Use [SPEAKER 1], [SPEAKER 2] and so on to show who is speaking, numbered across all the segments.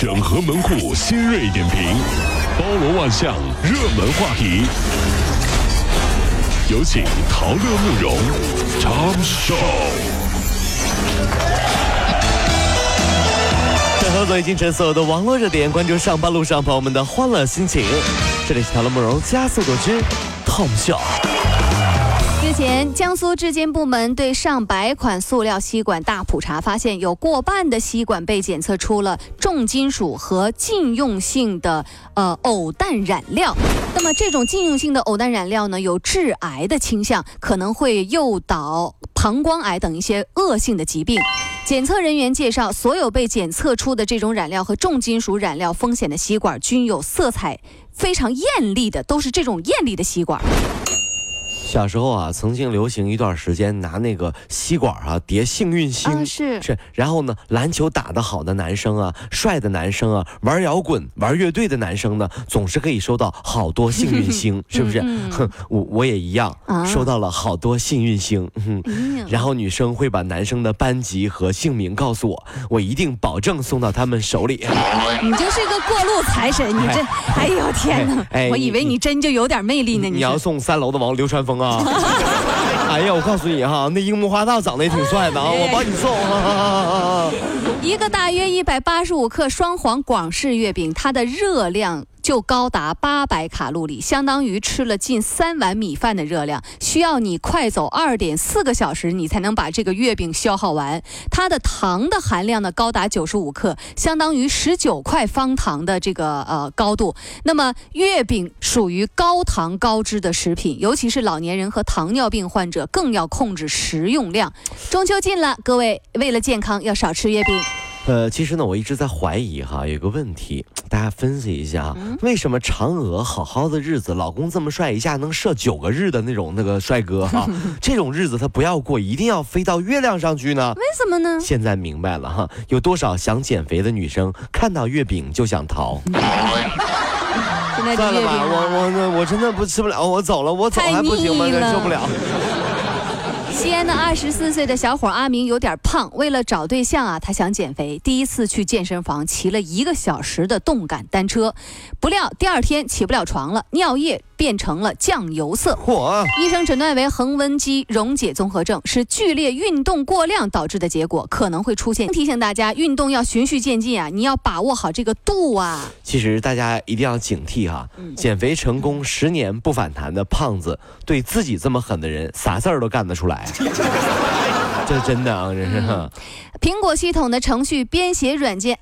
[SPEAKER 1] 整合门户新锐点评，包罗万象，热门话题。有请陶乐慕容 Tom Show。
[SPEAKER 2] 整合最近城所有的网络热点，关注上班路上朋友们的欢乐心情。这里是陶乐慕容加速度之 Tom Show。
[SPEAKER 3] 日前，江苏质监部门对上百款塑料吸管大普查，发现有过半的吸管被检测出了重金属和禁用性的偶氮染料。那么这种禁用性的偶氮染料呢，有致癌的倾向，可能会诱导膀胱癌等一些恶性的疾病。检测人员介绍，所有被检测出的这种染料和重金属染料风险的吸管均有色彩非常艳丽的，都是这种艳丽的吸管。
[SPEAKER 2] 小时候啊，曾经流行一段时间拿那个吸管啊叠幸运星，
[SPEAKER 3] 是，
[SPEAKER 2] 然后呢，篮球打得好的男生啊，帅的男生啊，玩摇滚、玩乐队的男生呢，总是可以收到好多幸运星，是不是？我也一样，收到了好多幸运星。然后女生会把男生的班级和姓名告诉我，我一定保证送到他们手里。
[SPEAKER 3] 你就是个过路财神，你这，哎呦天哪！我以为你真就有点魅力呢。
[SPEAKER 2] 你要送3楼的王流川枫。哎呀，我告诉你哈，那樱木花道长得也挺帅的啊，我帮你送。
[SPEAKER 3] 一个大约185克双黄广式月饼，它的热量就高达800卡路里，相当于吃了近3碗米饭的热量，需要你快走2.4个小时，你才能把这个月饼消耗完。它的糖的含量呢高达95克，相当于19块方糖的这个高度。那么月饼属于高糖高脂的食品，尤其是老年人和糖尿病患者更要控制食用量。中秋近了，各位为了健康要少吃月饼。
[SPEAKER 2] 其实呢，我一直在怀疑哈，有个问题，大家分析一下，为什么嫦娥好好的日子，老公这么帅，一下能射9个日的那个帅哥哈，这种日子他不要过，一定要飞到月亮上去呢？
[SPEAKER 3] 为什么呢？
[SPEAKER 2] 现在明白了哈，有多少想减肥的女生看到月饼就想逃。算了吧，我真的不吃不了，我走了，我走还不行吗？受不了。
[SPEAKER 3] 西安的24岁的小伙阿明有点胖，为了找对象啊，他想减肥，第一次去健身房骑了1个小时的动感单车，不料第2天起不了床了，尿液变成了酱油色。医生诊断为横纹肌溶解综合症，是剧烈运动过量导致的结果，可能会出现。提醒大家，运动要循序渐进啊，你要把握好这个度啊。
[SPEAKER 2] 其实大家一定要警惕哈，减肥成功10年不反弹的胖子，对自己这么狠的人，啥事儿都干得出来。这真的啊，这是。
[SPEAKER 3] 苹果系统的程序编写软件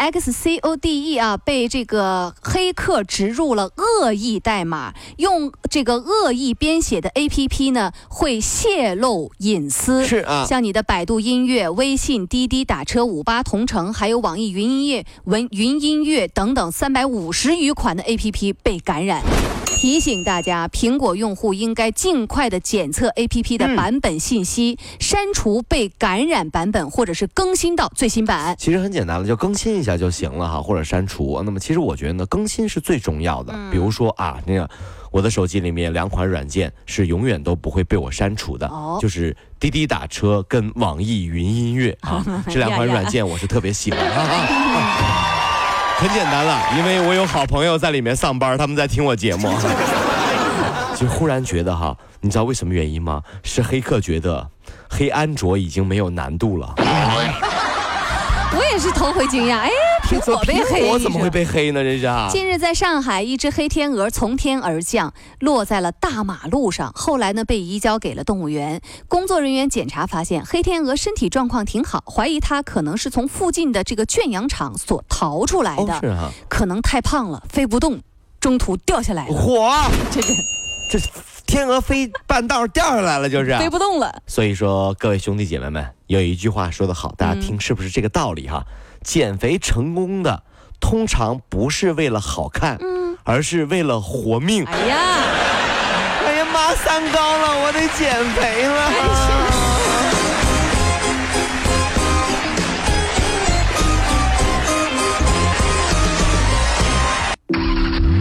[SPEAKER 3] XCODE 啊，被这个黑客植入了恶意代码，用这个恶意编写的 APP 呢，会泄露隐私。
[SPEAKER 2] 是啊，
[SPEAKER 3] 像你的百度音乐、微信、滴滴打车、58同城，还有网易云音乐等等350余款的 APP 被感染。提醒大家，苹果用户应该尽快的检测 APP 的版本信息，删除被感染版本，或者是更新到最新版。
[SPEAKER 2] 其实很简单了，就更新一下就行了哈，或者删除。那么其实我觉得呢，更新是最重要的。比如说啊，那个我的手机里面2款软件是永远都不会被我删除的，就是滴滴打车跟网易云音乐啊，这2款软件我是特别喜欢。很简单了，因为我有好朋友在里面上班，他们在听我节目。就忽然觉得哈，你知道为什么原因吗？是黑客觉得黑安卓已经没有难度了。
[SPEAKER 3] 我也是头回惊讶，哎，苹果被黑，
[SPEAKER 2] 我怎么会被黑呢？这是。
[SPEAKER 3] 近日在上海，一只黑天鹅从天而降，落在了大马路上，后来呢被移交给了动物园。工作人员检查发现，黑天鹅身体状况挺好，怀疑它可能是从附近的这个圈养场所逃出来的。
[SPEAKER 2] 是啊，
[SPEAKER 3] 可能太胖了，飞不动，中途掉下来了。
[SPEAKER 2] 这天鹅飞半道掉下来了，就是
[SPEAKER 3] 飞不动了。
[SPEAKER 2] 所以说，各位兄弟姐妹们，有一句话说得好，大家听是不是这个道理哈？减肥成功的通常不是为了好看，而是为了活命。哎呀妈，3高了，我得减肥了。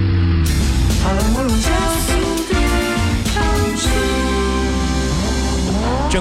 [SPEAKER 2] 整合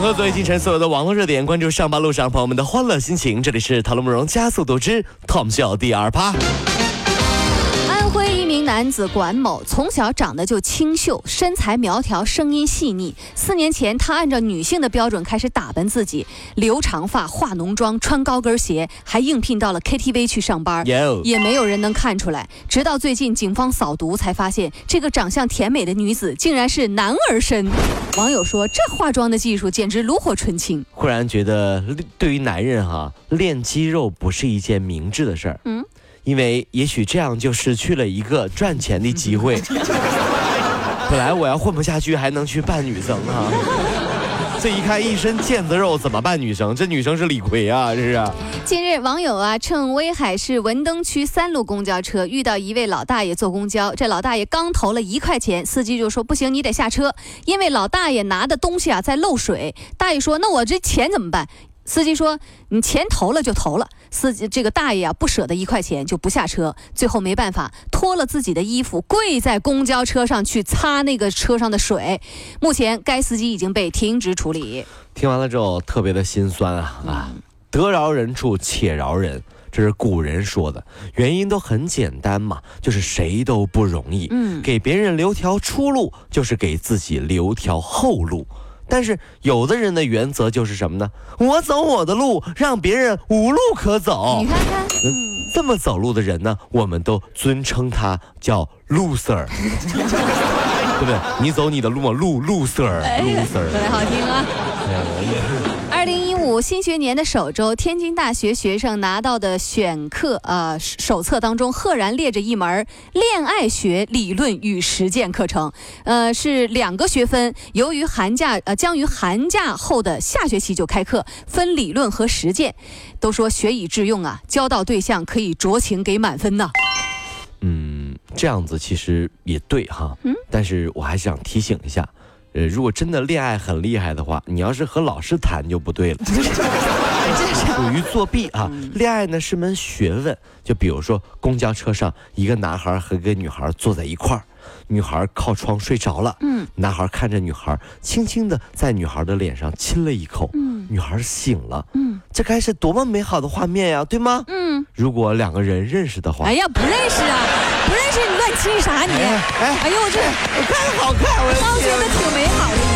[SPEAKER 2] 合最近晨所有的网络热点，关注上班路上朋友们的欢乐心情。这里是《讨论慕容加速度之 Tom 秀》第2趴。
[SPEAKER 3] 安徽一名男子管某从小长得就清秀，身材苗条，声音细腻。4年前，他按照女性的标准开始打扮自己，留长发、化浓妆、穿高跟鞋，还应聘到了 KTV 去上班，也没有人能看出来。直到最近，警方扫毒才发现，这个长相甜美的女子竟然是男儿身。网友说，这化妆的技术简直炉火纯青。
[SPEAKER 2] 忽然觉得，对于男人练肌肉不是一件明智的事儿。因为也许这样就失去了一个赚钱的机会。本来我要混不下去，还能去扮女生这一看一身腱子肉，怎么扮女生？这女生是李逵啊，这是。
[SPEAKER 3] 近日，网友乘威海市文登区3路公交车，遇到一位老大爷坐公交。这老大爷刚投了1块钱，司机就说不行，你得下车，因为老大爷拿的东西在漏水。大爷说，那我这钱怎么办？司机说，你钱投了就投了。这个大爷不舍得1块钱，就不下车。最后没办法，脱了自己的衣服，跪在公交车上去擦那个车上的水。目前该司机已经被停职处理。
[SPEAKER 2] 听完了之后特别的心酸得饶人处且饶人，这是古人说的，原因都很简单嘛，就是谁都不容易。给别人留条出路，就是给自己留条后路。但是有的人的原则就是什么呢？我走我的路，让别人无路可走。
[SPEAKER 3] 你看看，
[SPEAKER 2] 这么走路的人呢，我们都尊称他叫 loser， 对不对？你走你的路嘛，loser，
[SPEAKER 3] 特别好听啊。2015新学年的首周，天津大学学生拿到的选课手册当中，赫然列着一门恋爱学理论与实践课程，是2个学分。由于将于寒假后的下学期就开课，分理论和实践。都说学以致用交到对象可以酌情给满分呢。
[SPEAKER 2] 这样子其实也对但是我还想提醒一下。如果真的恋爱很厉害的话，你要是和老师谈就不对了，属于作弊恋爱呢是门学问，就比如说公交车上，一个男孩和一个女孩坐在一块儿，女孩靠窗睡着了，男孩看着女孩，轻轻的在女孩的脸上亲了一口，女孩醒了，这该是多么美好的画面呀，对吗？如果2个人认识的话，
[SPEAKER 3] 哎呀，不认识不认识你乱亲啥你？哎呦，这
[SPEAKER 2] 我看好看，我
[SPEAKER 3] 倒觉得挺美好的。